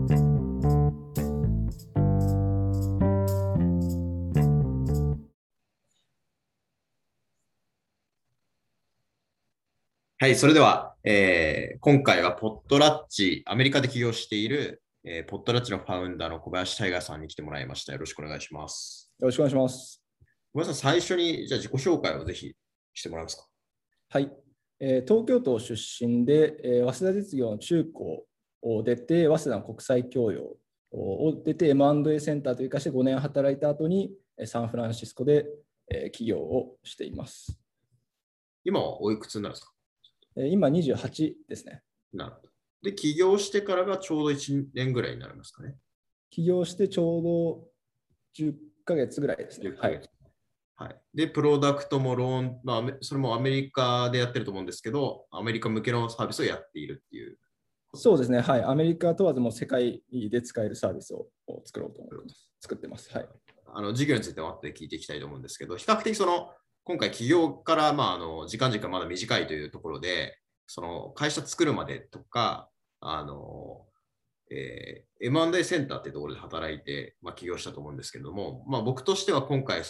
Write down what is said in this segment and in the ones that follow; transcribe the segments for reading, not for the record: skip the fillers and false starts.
はい、それでは、今回はポットラッチ、アメリカで起業している、ポットラッチのファウンダーの小林大河さんに来てもらいました。よろしくお願いします。 よろしくお願いします。 小林さん、最初にじゃあ自己紹介をぜひしてもらえますか。 はい。東京都出身で、早稲田実業の中高を出て、早稲田の国際教養を出て、M&A センターというかして5年働いた後に、サンフランシスコで起業をしています。 今はおいくつになるんですか。 今28ですね。 なるほど。で、起業してからがちょうど1年ぐらいになりますかね。 起業してちょうど10ヶ月ぐらいですね。はい。 はい、で、プロダクトもローン、まあ、それもアメリカでやってると思うんですけど、アメリカ向けのサービスをやっているっていう。 そうですね。はい。アメリカ問わずも世界で使えるサービスを作ろうと思ってます。作ってます。はい。 事業については後で聞いていきたいと思うんですけど、比較的今回起業から、時間軸がまだ短いというところで、会社作るまでとか、M&A センターっていうところで働いて、起業したと思うんですけれども、僕としては今回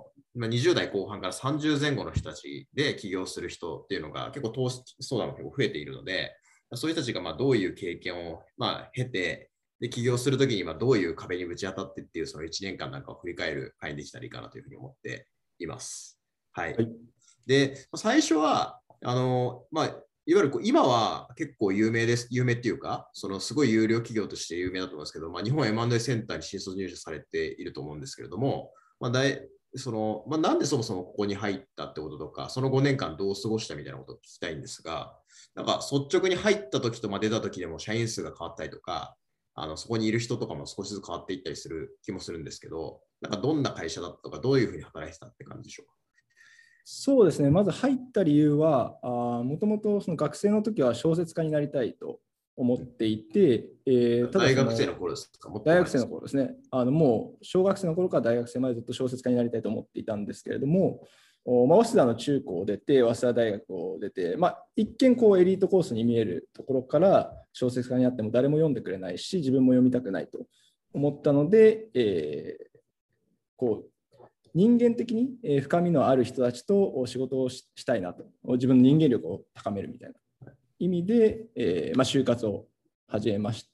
20代後半から30前後の人たちで起業する人っていうのが結構投資相談も結構増えているので、そういう人たちがどういう経験を経て、で起業するときにどういう壁にぶち当たってっていうその1年間なんかを振り返る会にできたらいいかなというふうに思っています。はい。はい、で、最初は、いわゆる今は結構有名です。有名っていうか、すごい有料企業として有名だと思いますけど、日本 M&A センターに新卒入社されていると思うんですけれども、なんでそもそもここに入ったってこととか、その5年間どう過ごしたみたいなことを聞きたいんですが、なんか率直に入った時と出た時でも社員数が変わったりとか、そこにいる人とかも少しずつ変わっていったりする気もするんですけど、なんかどんな会社だったとか、どういうふうに働いてたって感じでしょうか。 そうですね。まず入った理由は、もともとその学生の時は小説家になりたいと思っていて、 ただ大学生の頃ですか。 大学生の頃ですね。もう小学生の頃から大学生までずっと小説家になりたいと思っていたんですけれども、早稲田の中高を出て、早稲田大学を出て、一見こうエリートコースに見えるところから小説家になっても誰も読んでくれないし、自分も読みたくないと思ったので、こう人間的に深みのある人たちと仕事をしたいなと、自分の人間力を高めるみたいな意味で、就活を始めまして、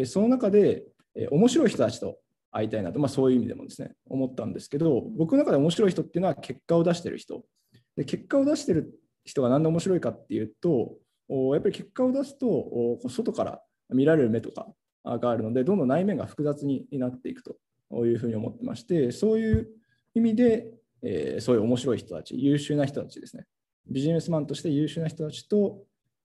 その中で面白い人たちと会いたいなと、そういう意味でもですね、思ったんですけど、僕の中で面白い人っていうのは結果を出している人。で、結果を出している人が何で面白いかっていうと、やっぱり結果を出すと、外から見られる目とかがあるので、どんどん内面が複雑になっていくというふうに思ってまして、そういう意味で、そういう面白い人たち、優秀な人たちですね。ビジネスマンとして優秀な人たちと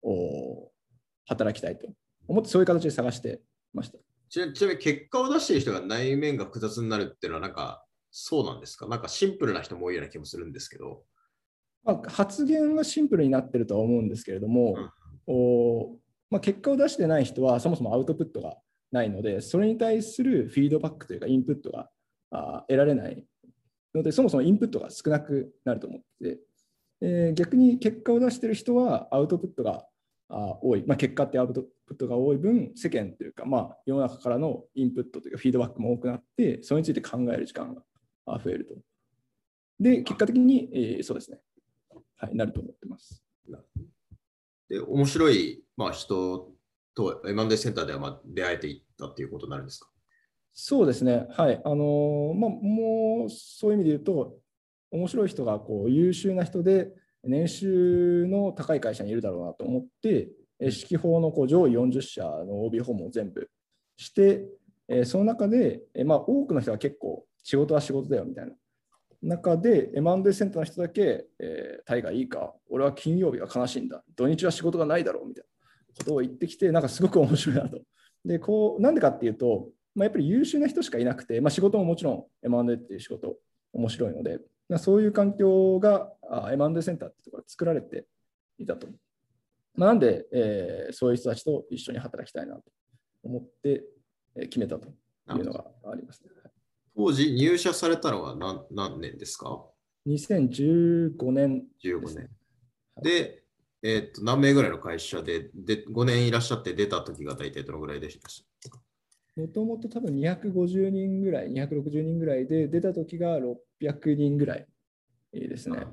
働きたいと思って、そういう形で探してました。 ちなみに結果を出している人が内面が複雑になるっていうのはなんかそうなんですか。なんかシンプルな人も多いような気もするんですけど。 発言はシンプルになってるとは思うんですけれども、結果を出してない人はそもそもアウトプットがないので、それに対するフィードバックというかインプットが得られないので、そもそもインプットが少なくなると思ってて、逆に結果を出している人はアウトプットが多い、結果ってアウトプットが多い分、世間というか、世の中からのインプットというかフィードバックも多くなって、それについて考える時間が増えると。で、結果的に、そうですね、はい、なると思ってます。 で、面白い、人と M&A センターでは出会えていったっていうことになるんですか。 そうですね、はい。もうそういう意味で言うと、面白い人が優秀な人で、年収の高い会社にいるだろうなと思って、指揮法の上位40社の OB 訪問を全部して、その中で、多くの人は結構仕事は仕事だよみたいな中で、M&A センターの人だけ、タイがいいか、俺は金曜日が悲しいんだ、土日は仕事がないだろうみたいなことを言ってきて、なんかすごく面白いなと。で、なんでかっていうと、やっぱり優秀な人しかいなくて、仕事ももちろん M&A っていう仕事面白いので、そういう環境が M&A センターってところで作られていたと。なんで、そういう人たちと一緒に働きたいなと思って決めたというのがありますね。 当時入社されたのは何年ですか。 2015年ですね。15年。で、何名ぐらいの会社で5年いらっしゃって出た時が大体どのぐらいでしたか。 もともと多分250人ぐらい、260人ぐらいで、出た時が600人ぐらいですね。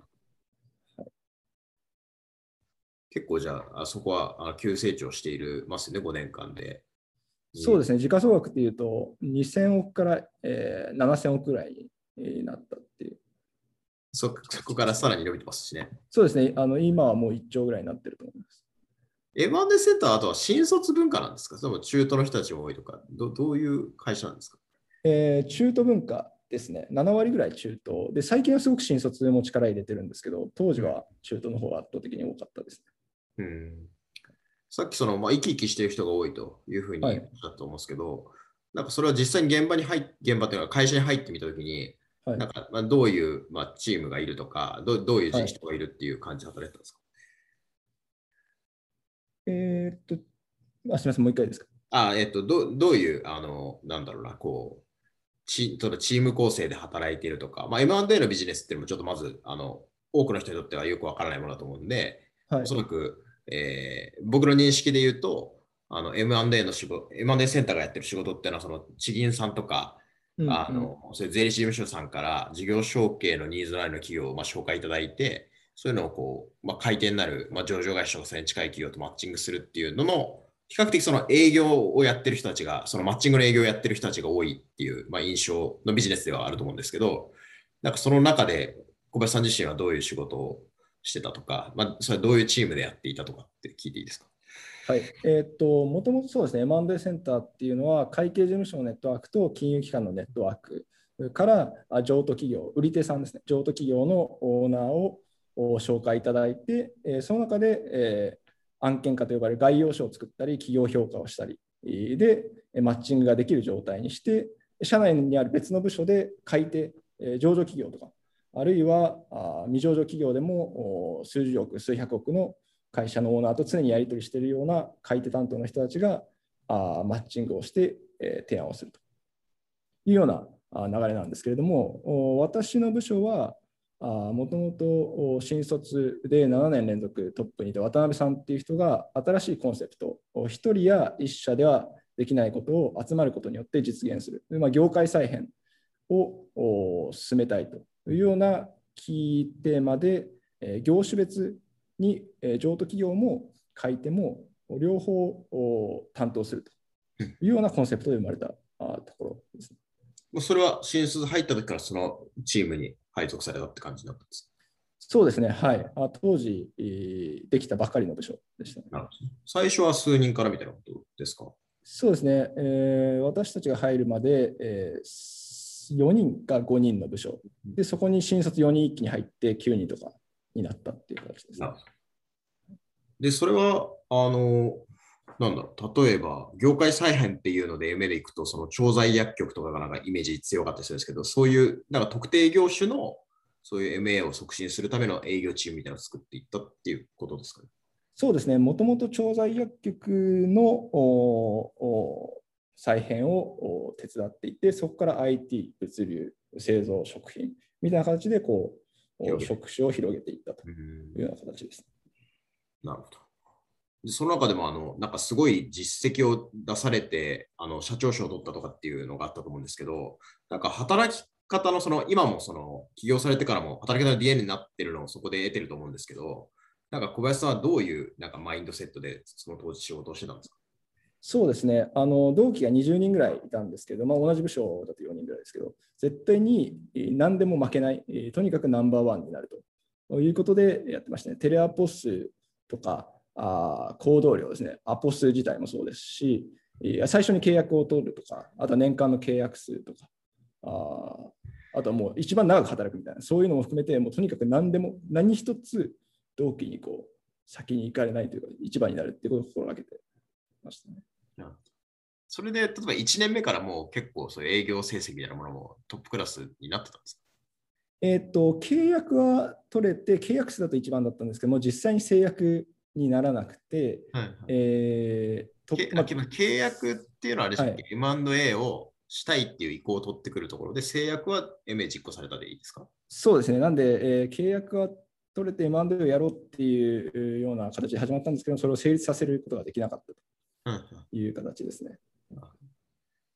結構じゃあ、あそこは急成長しているますね、5年間で。 そうですね、時価総額っていうと、2000億から、7000億ぐらいになったっていう。 そこからさらに伸びてますしね。 そうですね、今はもう1兆ぐらいになってると思います。 M&A センター、あとは新卒文化なんですか？それとも中途の人たちも多いとか、どういう会社なんですか？ 中途文化ですね、7割ぐらい中途で、最近はすごく新卒も力入れてるんですけど、当時は中途の方が圧倒的に多かったですね。さっき生き生きしている人が多いというふうね。はにおっい。 しゃったと思うんですけど、なんかそれは実際に現場というか会社に入ってみたときに、 はい。 なんかどういう、チームがいるとか、どういうはい。 人がいるっていう感じで働いてたんですか？ えーっと、すみません、もう一回ですか。 どういう、なんだろうな、そのチーム構成で働いているとか、M&A のビジネスっていうのもちょっとまず、多くの人にとってはよくわからないものだと思うんで、おはい。 そらく、僕の認識で言うと、M&A のM&A センターがやってる仕事っていうのは、その地銀さんとか、 うんうん。 そういう税理士事務所さんから事業承継のニーズのある企業を紹介いただいて、そういうのを回転になる、上場会社とかそれに近い企業とマッチングするっていうのの、比較的その営業をやってる人たちが、そのマッチングの営業をやってる人たちが多いっていう、印象のビジネスではあると思うんですけど、なんかその中で小林さん自身はどういう仕事をしてたとか、それはどういうチームでやっていたとかって聞いていいですか？ はい。もともとそうですね、M&A センターっていうのは、会計事務所のネットワークと金融機関のネットワークから譲渡企業、売り手さんですね、譲渡企業のオーナーを紹介いただいて、その中で、案件化と呼ばれる概要書を作ったり、企業評価をしたりで、マッチングができる状態にして、社内にある別の部署で買い手、上場企業とか、あるいは未上場企業でも数十億、数百億の会社のオーナーと常にやり取りしているような買い手担当の人たちがマッチングをして、提案をするというような流れなんですけれども、私の部署はもともと新卒で7年連続トップにいた渡辺さんっていう人が新しいコンセプトを1人や1社ではできないことを集まることによって実現する、業界再編を進めたいというようなキーテーマで、業種別に譲渡企業も買い手も両方担当するというようなコンセプトで生まれたところですね。 それは新卒入った時からそのチームに配属されたって感じだったんですそうですね、はい。当時、できたばかりの部署でしたね。 か？最初は数人からみたいなことですか？ そうですね、私たちが入るまで、4人か5人の部署で、そこに新卒4人一気に入って9人とかになったっていう形ですね。 で、それは、なんだろう、例えば、業界再編っていうので MA でいくと、その調剤薬局とかがなんかイメージ強かったりするんですけど、そういうなんか特定業種のそういう MA を促進するための営業チームみたいなのを作っていったっていうことですかね？ そうですね、もともと調剤薬局の再編を手伝っていて、そこから IT、物流、製造、食品みたいな形で職種を広げていったというような形です。 なるほど。でその中でもなんかすごい実績を出されて、社長賞を取ったとかっていうのがあったと思うんですけど、なんか働き方の今も起業されてからも働き方の DNA になってるのをそこで得てると思うんですけど、なんか小林さんはどういうなんかマインドセットでその当時仕事をしてたんですか？ そうですね、同期が20人ぐらいいたんですけど、同じ部署だと4人ぐらいですけど、絶対に何でも負けない、とにかくナンバーワンになるということでやってましたね。テレアポスとか、行動量ですね、アポス自体もそうですし、最初に契約を取るとか、あとは年間の契約数とか、あとはもう一番長く働くみたいな、そういうのも含めて、もうとにかく何でも、何一つ同期に先に行かれないというか、一番になるっていうことを心がけてましたね。 それで、例えば1年目からもう結構そういう営業成績みたいなものもトップクラスになってたんですか？ 契約は取れて、契約数だと一番だったんですけども、実際に制約にならなくて、 契約っていうのはあれでしたっけ、 はい、 M&A をしたいっていう意向を取ってくるところで、制約は MA 実行されたでいいですか？ そうですね、なんで、契約は取れて M&A をやろうっていうような形で始まったんですけど、それを成立させることができなかったという形ですね。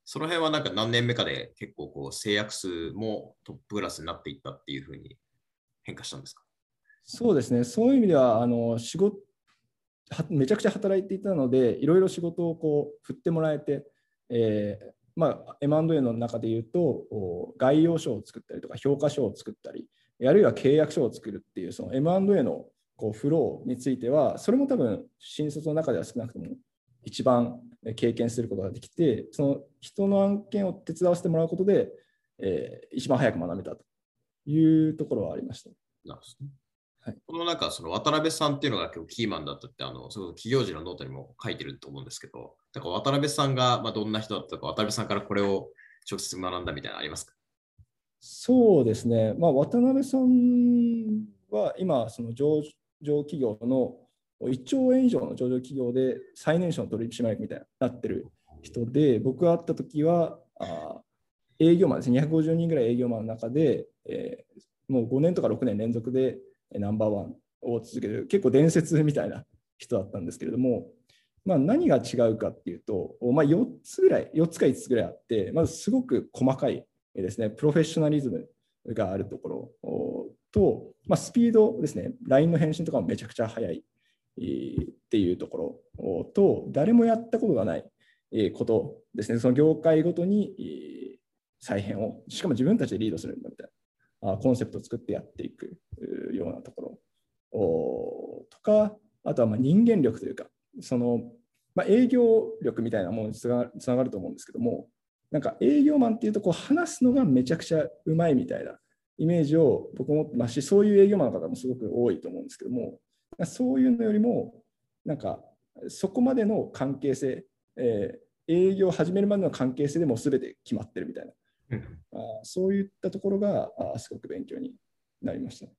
その辺はなんか何年目かで結構こう制約数もトップクラスになっていったっていうふうに変化したんですか？ そうですね、そういう意味ではめちゃくちゃ働いていたので、いろいろ仕事をこう振ってもらえて、まあ、M&A の中でいうと、概要書を作ったりとか、評価書を作ったり、あるいは契約書を作るっていう、その M&A のこうフローについては、それも多分、新卒の中では少なくとも一番経験することができて、その人の案件を手伝わせてもらうことで、一番早く学べたというところはありました。 なんですね。 はい、 このなんかその渡辺さんっていうのが結構キーマンだったって、その企業時のノートにも書いてると思うんですけど、なんか渡辺さんがまあどんな人だったか、渡辺さんからこれを直接学んだみたいなのありますか？ そうですね、まあ、渡辺さんは今、その上場企業の1兆円以上の上場企業で最年少の取締役みたいになってる人で、僕が会った時は営業マンですね、250人ぐらい営業マンの中で、もう5年とか6年連続でナンバーワンを続ける、結構伝説みたいな人だったんですけれども、まあ、何が違うかっていうと、まあ、4つぐらい、4つか5つぐらいあって、まずすごく細かいですね、プロフェッショナリズムがあるところと、まあ、スピードですね、LINE の返信とかもめちゃくちゃ早いっていうところと、誰もやったことがないことですね、その業界ごとに再編を、しかも自分たちでリードするんだみたいなコンセプトを作ってやっていくようなところとか、あとはまあ人間力というか、そのまあ、営業力みたいなものにつながると思うんですけども、なんか営業マンっていうとこう話すのがめちゃくちゃうまいみたいなイメージを僕も持ってますし、そういう営業マンの方もすごく多いと思うんですけども、そういうのよりもなんかそこまでの関係性、営業を始めるまでの関係性でもう全て決まってるみたいな、そういったところがすごく勉強になりました。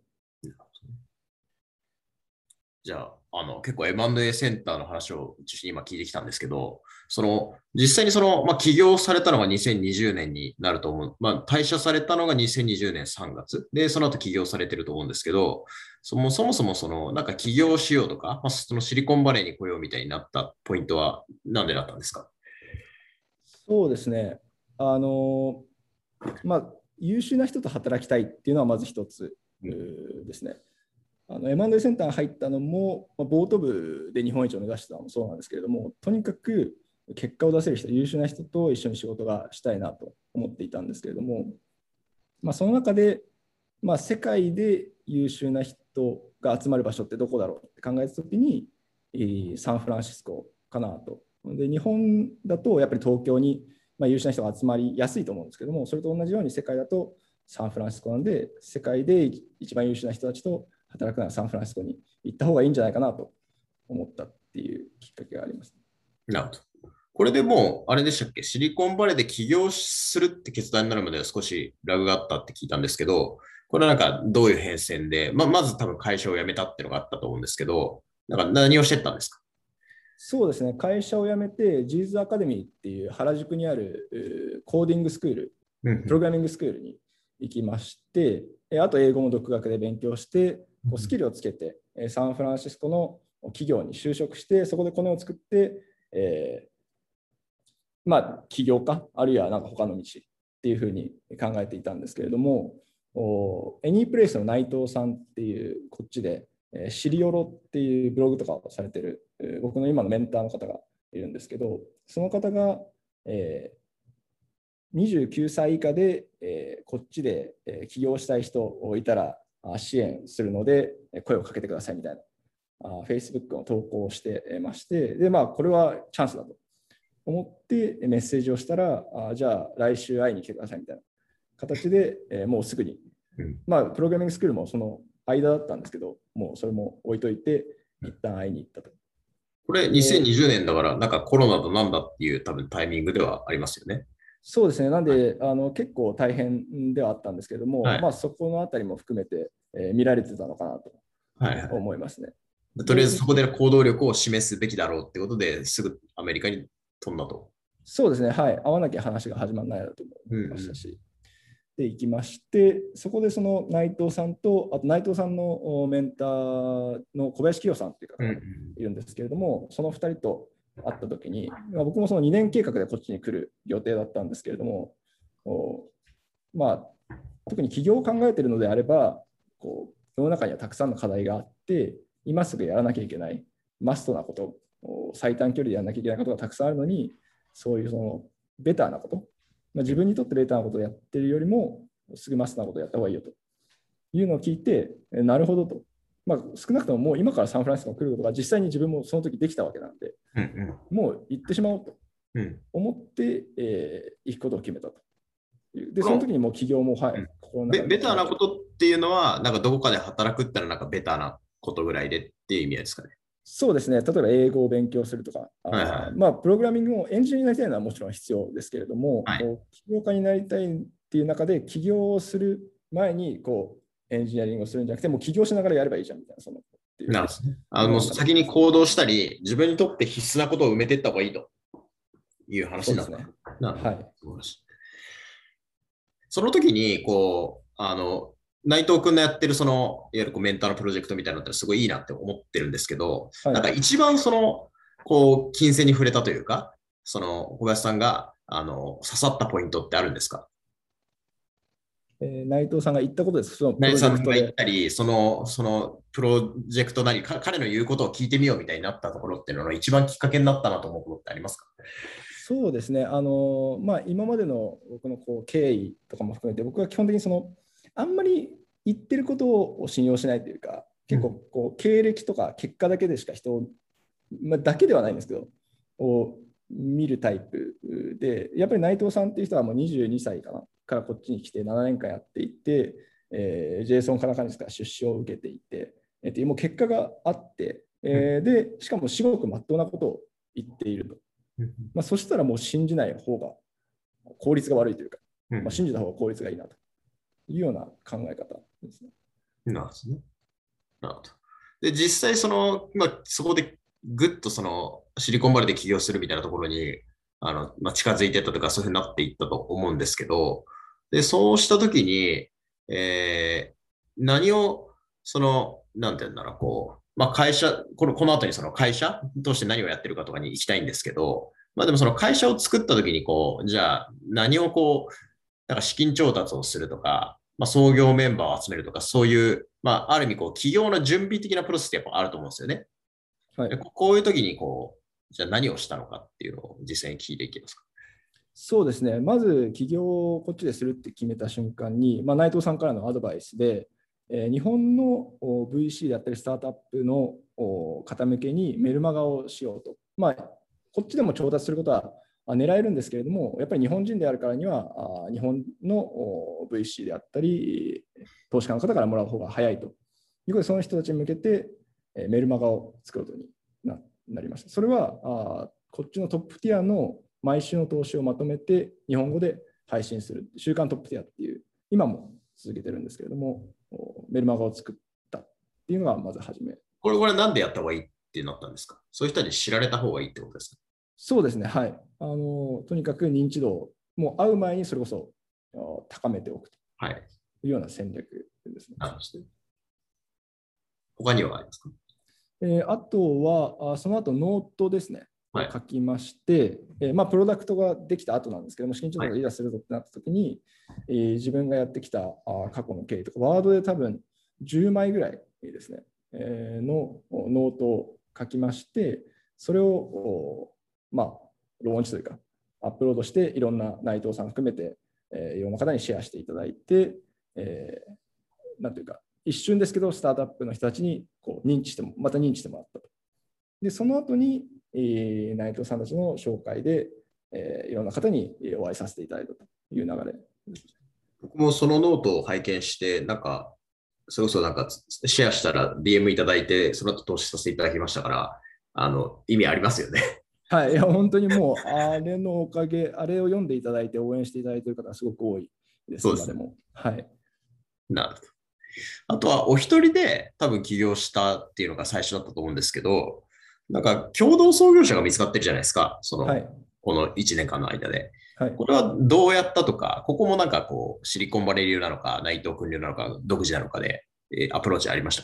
じゃあ、結構 M&A センターの話を中心に今聞いてきたんですけど、実際にまあ、起業されたのが2020年になると思う。まあ、退社されたのが2020年3月。で、その後起業されてると思うんですけど、そもそもなんか起業しようとか、まあ、そのシリコンバレーに来ようみたいになったポイントは何でだったんですか？ そうですね。まあ、優秀な人と働きたいっていうのはまず一つですね。M&A センターに入ったのも、ボート部で日本一を目指してたのもそうなんですけれども、とにかく結果を出せる人、優秀な人と一緒に仕事がしたいなと思っていたんですけれども、まあ、その中で、まあ、世界で優秀な人が集まる場所ってどこだろうって考えたときに、サンフランシスコかなと。で、日本だとやっぱり東京に優秀な人が集まりやすいと思うんですけども、それと同じように世界だとサンフランシスコなんで、世界で一番優秀な人たちと働くならサンフランシスコに行った方がいいんじゃないかなと思ったっていうきっかけがあります。 なるほど。これでもう、あれでしたっけ、シリコンバレーで起業するって決断になるまでは少しラグがあったって聞いたんですけど、これはなんかどういう変遷で、まず多分会社を辞めたっていうのがあったと思うんですけど、なんか何をしてったんですか？ そうですね、会社を辞めて、ジーズアカデミーっていう原宿にあるコーディングスクール、プログラミングスクールに行きまして、あと英語も独学で勉強して、スキルをつけて、サンフランシスコの企業に就職して、そこでコネを作って、まあ、起業家、あるいはなんか他の道っていうふうに考えていたんですけれども、エニープレイスの内藤さんっていうこっちでシリオロっていうブログとかをされてる僕の今のメンターの方がいるんですけど、その方が29歳以下でこっちで起業したい人いたら支援するので声をかけてくださいみたいな Facebook の投稿をしてまして、で、まあ、これはチャンスだと思ってメッセージをしたら、じゃあ来週会いに来てくださいみたいな形で、もうすぐに、まあ、プログラミングスクールもその間だったんですけど、もうそれも置いといて、一旦会いに行ったと。 これ2020年だから、なんかコロナとなんだっていう多分タイミングではありますよね。 そうですね、なんで、結構大変ではあったんですけれども、 はい、 まあ、そこのあたりも含めて、見られてたのかなと思いますね。 とりあえずそこで行動力を示すべきだろうってことですぐアメリカに飛んだと。 そうですね、はい、会わなきゃ話が始まらないだと思いましたし。で行きまして、そこでその内藤さんと、あと内藤さんのメンターの小林清さんっていう方がいるんですけれども、その2人とあったときに、僕もその2年計画でこっちに来る予定だったんですけれども、まあ、特に起業を考えているのであれば、世の中にはたくさんの課題があって、今すぐやらなきゃいけない、マストなこと、最短距離でやらなきゃいけないことがたくさんあるのに、そういうそのベターなこと、自分にとってベターなことをやっているよりも、すぐマストなことをやった方がいいよというのを聞いて、なるほどと。少なくとももう今からサンフランシスコに来ることが実際に自分もその時できたわけなんで、もう行ってしまおうと思って、行くことを決めたと。で、その時にもう起業も、 ベターなことっていうのは、なんかどこかで働くってのはなんかベターなことぐらいでっていう意味ですかね。 そうですね。例えば英語を勉強するとか、プログラミングもエンジニアになりたいのはもちろん必要ですけれども、起業家になりたいっていう中で起業をする前にエンジニアリングをするんじゃなくて、もう起業しながらやればいいじゃんみたいな。 なるほど。もう先に行動したり、自分にとって必須なことを埋めていった方がいいという話になった。 そうですね。 なるほど。はい、その時に、内藤君のやってるいわゆるメンターのプロジェクトみたいなのってすごいいいなって思ってるんですけど、なんか一番金銭に触れたというか、小林さんが刺さったポイントってあるんですか？ 内藤さんが言ったことです。 内藤さんが言ったり、そのプロジェクトなり、彼の言うことを聞いてみようみたいになったところっていうのが一番きっかけになったなと思うことってありますか？ そうですね。今までの僕の経緯とかも含めて、僕は基本的にあんまり言ってることを信用しないというか、結構経歴とか結果だけでしか人を、だけではないんですけど、を見るタイプで、やっぱり内藤さんっていう人はもう22歳からこっちに来て7年間やっていて、JSON かなんかですか出資を受けていて、もう結果があって、で、しかも至極真っ当なことを言っていると。そしたらもう信じない方が効率が悪いというか、信じた方が効率がいいなというような考え方ですね。 なるほどね。なるほど。で、実際そこでぐっとシリコンバレーで起業するみたいなところに近づいていったとかそういうふうになっていったと思うんですけど、で、そうしたときに、何をなんていうんだろう、会社、この後に会社として何をやってるかとかに行きたいんですけど、でも会社を作った時にじゃあ何をなんか資金調達をするとか、創業メンバーを集めるとか、そういう、ある意味企業の準備的なプロセスってやっぱあると思うんですよね。はい、こういう時にじゃあ何をしたのかっていうのを実際に聞いていきますか。 そうですね。まず起業をこっちでするって決めた瞬間に、内藤さんからのアドバイスで、日本の VC であったりスタートアップの方向けにメルマガをしようと。こっちでも調達することは狙えるんですけれども、やっぱり日本人であるからには、日本の VC であったり、投資家の方からもらう方が早いということで、その人たちに向けてメルマガを作ることになりました。それはこっちのトップティアの毎週の投資をまとめて日本語で配信する週刊トップティアっていう、今も続けてるんですけれども、メルマガを作ったっていうのがまず初め。 これなんでやった方がいいってなったんですか？そういう人に知られた方がいいってことですか？ そうですね、はい。とにかく認知度をもう会う前にそれこそ高めておくというような戦略ですね。 他にはありますか？ あとは、その後ノートですね。書きまして、プロダクトができた後なんですけども、資金調達がいざするぞってなったときに、自分がやってきた過去の経緯とか、ワードで多分10枚ぐらいですね、のノートを書きまして、それを、ローンチというか、アップロードして、いろんな内藤さん含めて、いろんな方にシェアしていただいて、なんというか、一瞬ですけど、スタートアップの人たちにまた認知してもらったと。で、その後に、内藤さんたちの紹介で、いろんな方にお会いさせていただいたという流れです。 僕もそのノートを拝見して、それこそシェアしたら DM いただいて、その後投資させていただきましたから、意味ありますよね。 はい、いや本当にもう、あれのおかげ、あれを読んでいただいて応援していただいている方がすごく多いです。 そうです。 今でも。はい。 なるほど。あとは、お一人で多分起業したっていうのが最初だったと思うんですけど、共同創業者が見つかってるじゃないですか。この1年間の間で。はい、これはどうやったとか、ここもシリコンバレー流なのか、内藤君流なのか、独自なのかで、アプローチありました。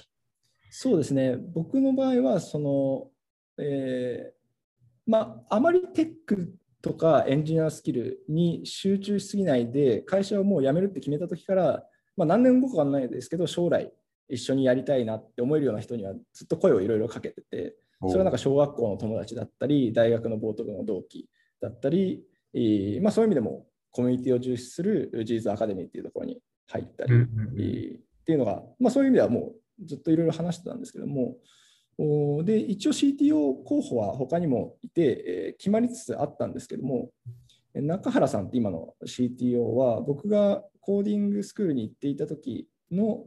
そうですね。僕の場合は、 あまりテックとかエンジニアスキルに集中しすぎないで、会社をもう辞めるって決めたときから、何年後かわかんないですけど、将来一緒にやりたいなって思えるような人にはずっと声をいろいろかけてて、それはなんか小学校の友達だったり、大学のボート部の同期だったり、そういう意味でもコミュニティを重視するジーズアカデミーっていうところに入ったり、っていうのが、そういう意味ではもうずっといろいろ話してたんですけども、で一応 CTO 候補は他にもいて、決まりつつあったんですけども、中原さんって今の CTO は僕がコーディングスクールに行っていた時の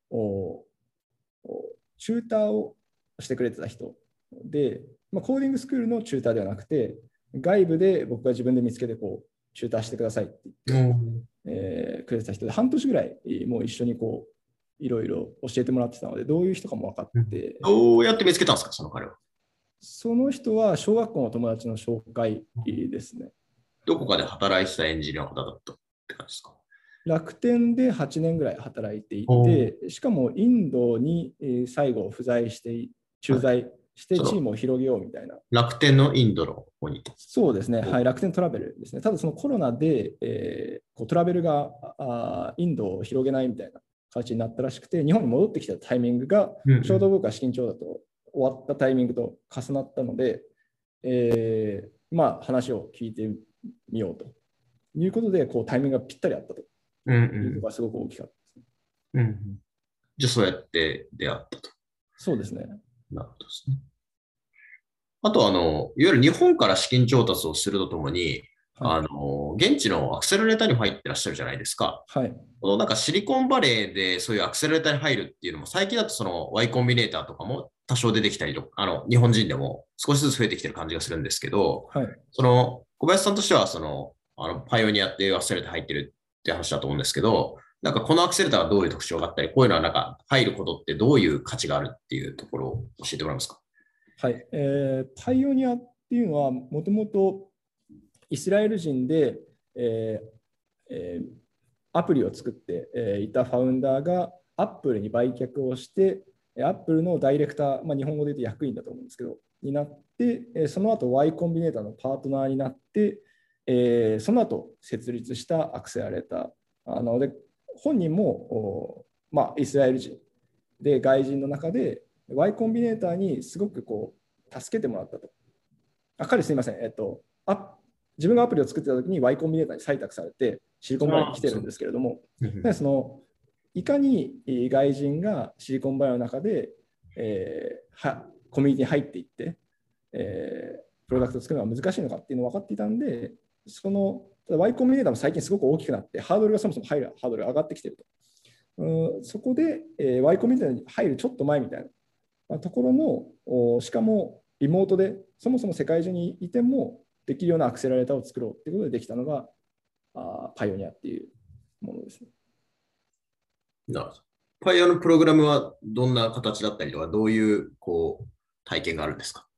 チューターをしてくれてた人で、コーディングスクールのチューターではなくて、外部で僕が自分で見つけてチューターしてくださいって言って、くれてた人で、半年ぐらいもう一緒にいろいろ教えてもらってたので、どういう人かも分かって。 どうやって見つけたんですか、その彼は。 その人は小学校の友達の紹介ですね。 どこかで働いてたエンジニアの方だったって感じですか？ 楽天で8年ぐらい働いていて、しかもインドに最後不在して駐在してチームを広げようみたいな。 楽天のインドの方に。 そうですね、はい、楽天トラベルですね。ただそのコロナで、トラベルがインドを広げないみたいな形になったらしくて、日本に戻ってきたタイミングが、ちょうど僕は資金調達と終わったタイミングと重なったので、話を聞いてみようということで、タイミングがぴったりあったというのがすごく大きかったですね。 じゃあそうやって出会ったと。 そうですね。 なるほどですね。あといわゆる日本から資金調達をするとともに、現地のアクセラレーターにも入ってらっしゃるじゃないですか。 はい。 なんかシリコンバレーでそういうアクセラレーターに入るっていうのも、最近だとその Y コンビネーターとかも多少出てきたりとか、日本人でも少しずつ増えてきてる感じがするんですけど、 はい、 その小林さんとしてはパイオニアっていうアクセラレーター入ってるって話だと思うんですけど、なんかこのアクセラレーターはどういう特徴があったり、こういうのはなんか入ることってどういう価値があるっていうところを教えてもらえますか？ はい、パイオニアっていうのはもともとイスラエル人で、アプリを作っていたファウンダーがアップルに売却をして、アップルのダイレクター、日本語で言うと役員だと思うんですけど、になって、その後 Y コンビネーターのパートナーになって、その後設立したアクセラレーター。なので、本人も、イスラエル人で外人の中で Y コンビネーターにすごく助けてもらったと。彼すみません、自分がアプリを作ってた時に Y コンビネーターに採択されてシリコンバレーに来てるんですけれども、いかに外人がシリコンバレーの中で、コミュニティに入っていって、プロダクトを作るのが難しいのかっていうのが分かっていたんで、その Y コンビネーターも最近すごく大きくなって、ハードルがそもそも入るハードルが上がってきていると。そこで、Y コンビネーターに入るちょっと前みたいなところの、しかもリモートでそもそも世界中にいてもできるようなアクセラレーターを作ろうということでできたのがパイオニアっていうものですね。 なるほど。パイオニアのプログラムはどんな形だったりとか、どういう体験があるんですか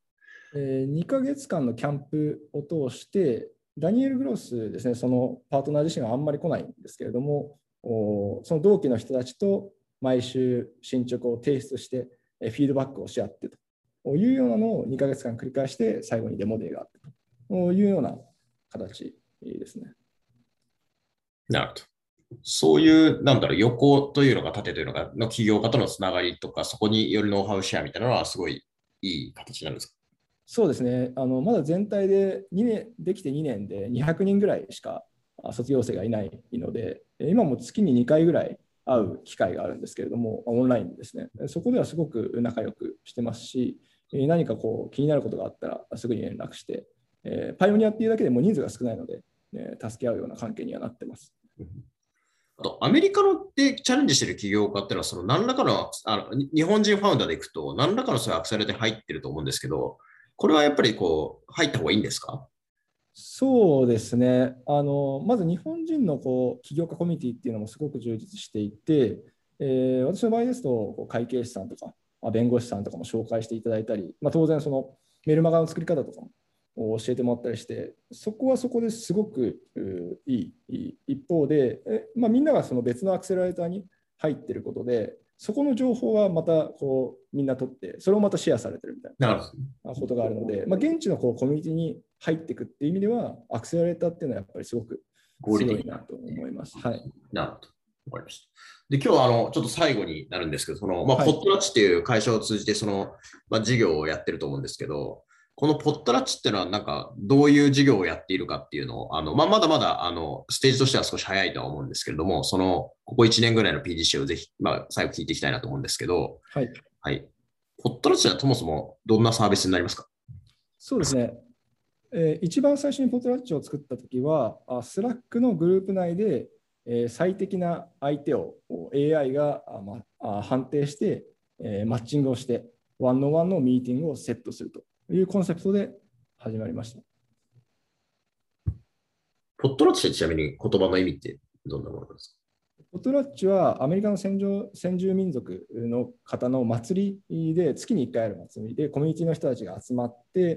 ？2ヶ月間のキャンプを通して、ダニエル・グロスですね、そのパートナー自身はあんまり来ないんですけれども、その同期の人たちと毎週進捗を提出してフィードバックをし合ってというようなのを2ヶ月間繰り返して最後にデモデーがあってというような形ですね。 なるほど。そういう、横というのか縦というのかの起業家とのつながりとか、そこによるノウハウシェアみたいなのはすごいいい形なんですか？ そうですね。まだ全体でできて2年で200人ぐらいしか卒業生がいないので、今も月に2回ぐらい会う機会があるんですけれども、オンラインですね。そこではすごく仲良くしてますし、何か気になることがあったらすぐに連絡して、パイオニアっていうだけでも人数が少ないので、助け合うような関係にはなってます。 あと、アメリカのでチャレンジしている起業家っていうのは、その何らかの、日本人ファウンダーでいくと、何らかのそういうアクセラレーターに入ってると思うんですけど、これはやっぱり入った方がいいんですか？ そうですね。まず日本人の起業家コミュニティっていうのもすごく充実していて、私の場合ですと会計士さんとか弁護士さんとかも紹介していただいたり、当然そのメルマガの作り方とかも教えてもらったりして、そこはそこですごくいい。一方で、みんながその別のアクセラレーターに入っていることで、 そこの情報がまたこうみんな取って、それをまたシェアされてるみたいなるほなことがあるので、現地のこうコミュニティに入っていくっていう意味では、アクセラレーターっていうのはやっぱりすごく合理的強いなと思います。はい。 なるほど。わかりました。で、今日はちょっと最後になるんですけど、 はいポットラッチっていう会社を通じて、事業をやってると思うんですけど、このポットラッチっていうのは、なんか、どういう事業をやっているかっていうのを、まだまだ、ステージとしては少し早いとは思うんですけれども、ここ1年ぐらいの PGC をぜひ、最後聞いていきたいなと思うんですけど、 はい。 はい。ポットラッチはそもそもどんなサービスになりますか？ そうですね。一番最初にポットラッチを作ったときは、スラックのグループ内で、最適な相手を AI が判定して、マッチングをして、ワンオンワンのミーティングをセットするというコンセプトで始まりました。 ポットラッチってちなみに言葉の意味ってどんなものなんですか？ ポットラッチはアメリカの先住民族の方の祭りで、月に1回ある祭りで、コミュニティの人たちが集まって、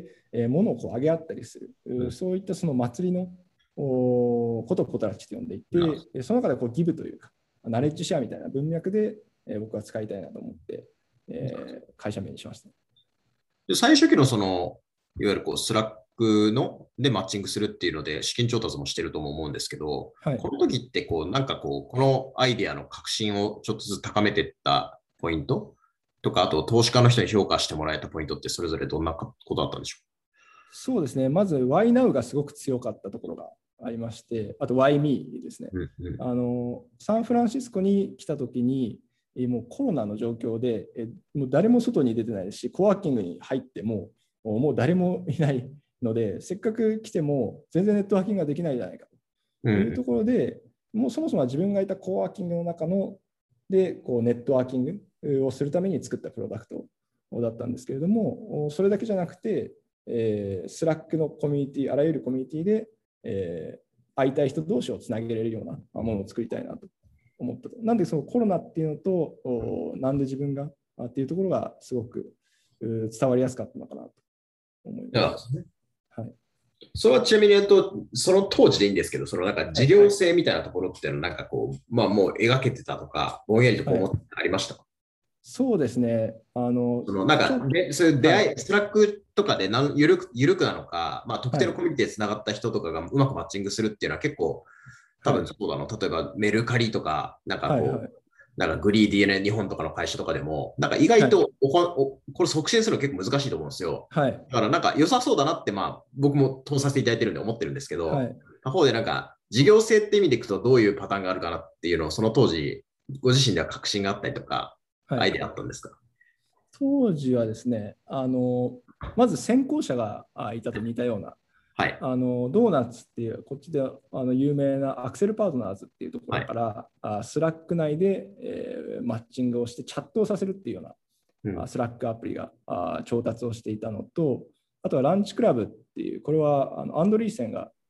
物をこうあげ合ったりする、そういったその祭りのことをポットラッチと呼んでいて、その中でこうギブというか、ナレッジシェアみたいな文脈で僕は使いたいなと思って、会社名にしました。 で、最初期のいわゆるスラックでマッチングするっていうので、資金調達もしてるとも思うんですけど、 はい、 この時ってこのアイデアの革新をちょっとずつ高めていったポイントとか、あと投資家の人に評価してもらえたポイントってそれぞれどんなことだったんでしょそうですね、まず YNOW がすごく強かったところがありまして、あと YME ですね。サンフランシスコに来たときに、もうコロナの状況で、もう誰も外に出てないですし、コワーキングに入っても、もう誰もいないので、せっかく来ても全然ネットワーキングができないじゃないかというところで、もうそもそも自分がいたコワーキングの中でこうネットワーキングをするために作ったプロダクトだったんですけれども、それだけじゃなくて、スラックのコミュニティ、あらゆるコミュニティで、会いたい人同士をつなげられるようなものを作りたいなと思ったと。なんでそのコロナっていうのと、なんで自分がっていうところがすごく伝わりやすかったのかなと思います。はい、 それはちなみに言うと、その当時でいいんですけど、なんか事業性みたいなところっていうのは、なんかもう描けてたとか、ぼんやりと思ってありましたか？ そうですね。 なんかそういう出会い、スラックとかでゆるくなのか、特定のコミュニティでつながった人とかがうまくマッチングするっていうのは結構、多分そうだの、例えばメルカリとか、なんかなんかグリー DNA 日本とかの会社とかでも、なんか意外とこれ促進するの結構難しいと思うんですよ。 だからなんか良さそうだなって、僕も通させていただいてるんで思ってるんですけど、他方でなんか事業性って意味でいくとどういうパターンがあるかなっていうのをその当時、ご自身では確信があったりとか、アイデアあったんですか？ 当時はですね、まず先行者がいたと似たような、 はい、 ドーナツっていう、こっちで有名なアクセルパートナーズっていうところから、スラック内で、マッチングをしてチャットをさせるっていうような、スラックアプリが調達をしていたのと、あとはランチクラブっていう、これはアンドリーセンが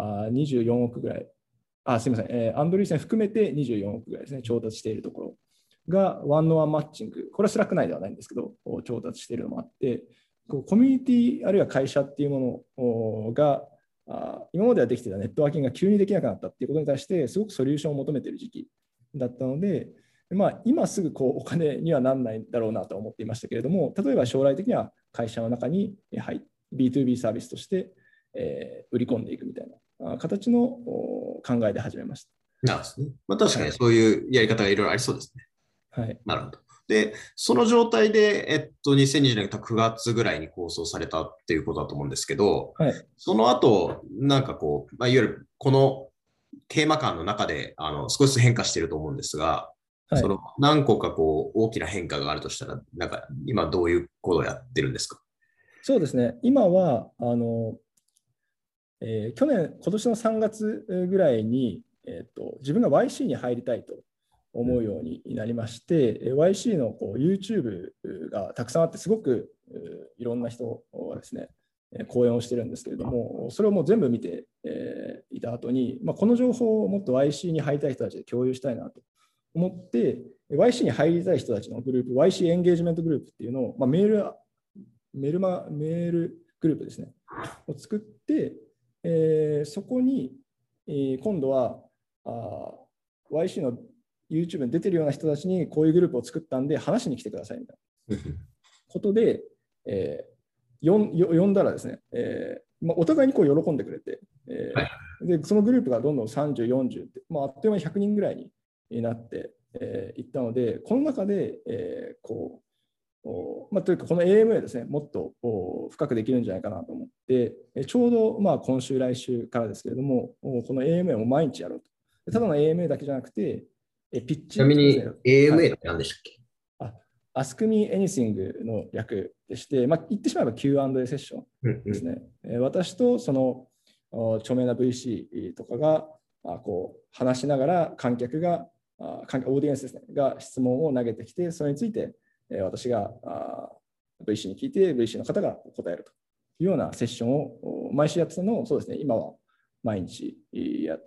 24億ぐらい、すみません、アンドリーセン含めて24億ぐらいですね、調達しているところがワンオンワンマッチング、これはスラック内ではないんですけど、調達しているのもあって、コミュニティあるいは会社っていうものが今まではできていたネットワーキングが急にできなくなったっていうことに対してすごくソリューションを求めている時期だったので、今すぐお金にはならないだろうなと思っていましたけれども、例えば将来的には会社の中に B2B サービスとして売り込んでいくみたいな形の考えで始めました。 なんですね。確かにそういうやり方がいろいろありそうですね。 はい。 なるほど。で、その状態で、2020年9月ぐらいに構想されたっていうことだと思うんですけど、その後、なんかいわゆるこのテーマ感の中で少しずつ変化していると思うんですが、その何個か大きな変化があるとしたら、なんか今どういうことをやってるんですか？ そうですね。今は今年の3月ぐらいに、自分が YC に入りたいと思うようになりまして、YC のYouTube がたくさんあって、すごくいろんな人がですね、講演をしてるんですけれども、それをもう全部見ていた後に、この情報をもっと YC に入りたい人たちで共有したいなと思って、YC に入りたい人たちのグループ、YC エンゲージメントグループっていうのを、メールグループですね、を作って、そこに、今度はYC の YouTube に出てるような人たちにこういうグループを作ったんで話しに来てくださいみたいなことで、呼んだらですね、お互いにこう喜んでくれて、でそのグループがどんどん30、40って、あっという間に100人ぐらいになっていったので、この中で、というかこの AMA ですね、もっと深くできるんじゃないかなと思って、ちょうど今週、来週からですけれども、この AMA を毎日やろうと。ただの AMA だけじゃなくて、ピッチ、 ちなみに AMA って何でしたっけ ？Ask Me Anything の略でして、言ってしまえば Q&A セッションですね。私とその著名な VC とかが話しながら観客が、オーディエンスですね、が質問を投げてきて、それについて私がVC に聞いて、VC の方が答えるというようなセッションを毎週やってたのを、そうですね、今は毎日やって、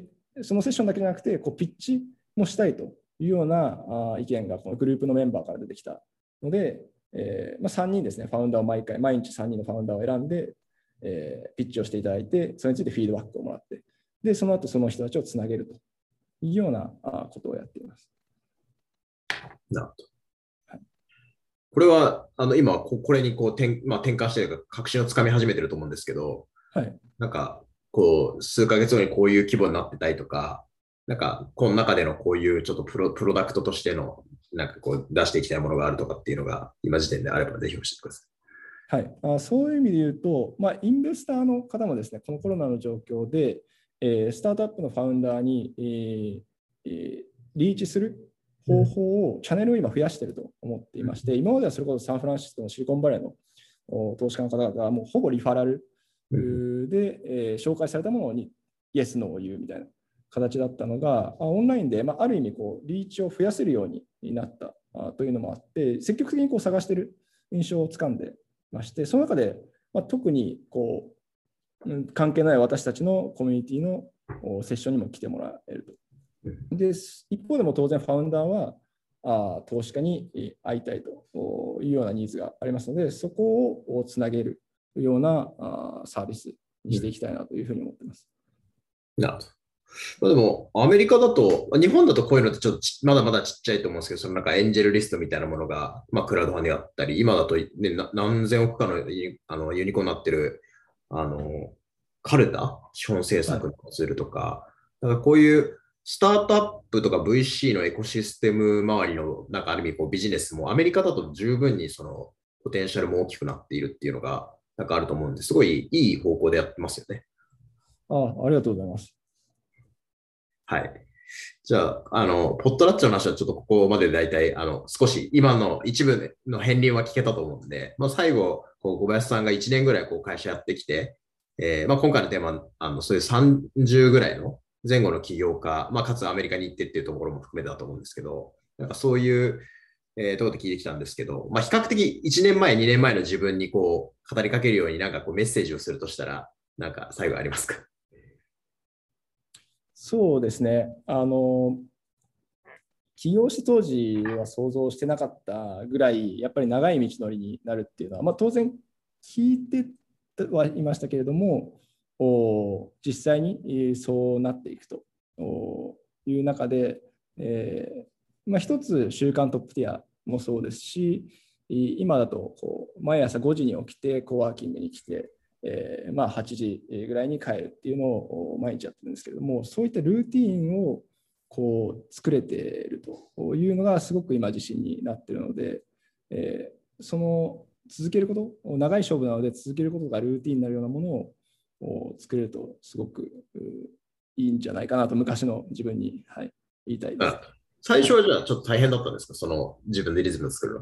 そのセッションだけじゃなくて、ピッチもしたいというような意見がこのグループのメンバーから出てきたので、3人ですね、ファウンダーを毎日3人のファウンダーを選んで、ピッチをしていただいて、それについてフィードバックをもらって、で、その後その人たちをつなげるというようなことをやっています。 なるほど。これは今これに転換して確信をつかみ始めてると思うんですけど、なんか数ヶ月後にこういう規模になってたりとか、なんかこの中でのこういうちょっとプロダクトとしてのなんか出していきたいものがあるとかっていうのが今時点であればぜひ教えてください。 そういう意味で言うと、インベスターの方もですね、このコロナの状況で、スタートアップのファウンダーに、リーチする方法を、チャンネルを今増やしていると思っていまして、今まではそれこそサンフランシスコのシリコンバレーの投資家の方々がもうほぼリファラルで、紹介されたものにイエス、ノーを言うみたいな形だったのが、オンラインで、ある意味リーチを増やせるようになったというのもあって、積極的に探している印象をつかんでまして、その中で、特に関係ない私たちのコミュニティのセッションにも来てもらえると。で一方でも当然ファウンダーは投資家に会いたいというようなニーズがありますので、そこをつなげるようなサービスにしていきたいなというふうに思っています。 なるほど。でも、アメリカだと、日本だとこういうのってちょっとまだまだちっちゃいと思うんですけど、そのなんかエンジェルリストみたいなものが、クラウドファンディングあったり、今だと、ね、何千億かのユニコーンになってる、カルタ、資本政策のツールとか、だからこういうスタートアップとか VC のエコシステム周りの、なんかある意味ビジネスもアメリカだと十分にそのポテンシャルも大きくなっているっていうのが、なんかあると思うんで、すごいいい方向でやってますよね。 ありがとうございます。 はい。じゃあ、ポットラッチの話はちょっとここまで大体、少し今の一部の片鱗は聞けたと思うんで、最後、小林さんが1年ぐらい会社やってきて、今回のテーマ、そういう30ぐらいの前後の起業家、かつアメリカに行ってっていうところも含めてだと思うんですけど、なんかそういう、ところで聞いてきたんですけど、比較的1年前、2年前の自分に語りかけるようになんかメッセージをするとしたら、なんか最後ありますか？ そうですね。起業した当時は想像してなかったぐらい、やっぱり長い道のりになるっていうのは、当然聞いてはいましたけれども、実際にそうなっていくという中で、一つ週刊トップティアもそうですし、今だと毎朝5時に起きてコワーキングに来て、8時ぐらいに帰るっていうのを毎日やってるんですけれども、そういったルーティーンを作れているというのがすごく今自信になっているので、その続けること、長い勝負なので続けることがルーティーンになるようなものを作れるとすごくいいんじゃないかなと昔の自分に、言いたいです。 最初はじゃあちょっと大変だったんですか、その自分でリズムを作るのは。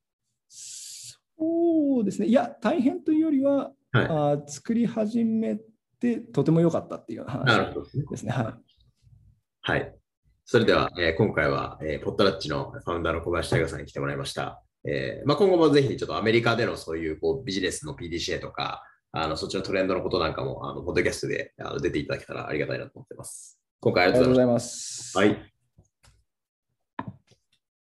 そうですね。いや、大変というよりは、作り始めてとても良かったっていう話ですね。 はい。それでは、今回は、ポットラッチのファウンダーの小林大我さんに来てもらいました。今後もぜひちょっとアメリカでのそういうビジネスの PDCA とか、そっちのトレンドのことなんかも、ポッドキャストで出ていただけたらありがたいなと思ってます。今回ありがとうございます。 ありがとうございます。 はい。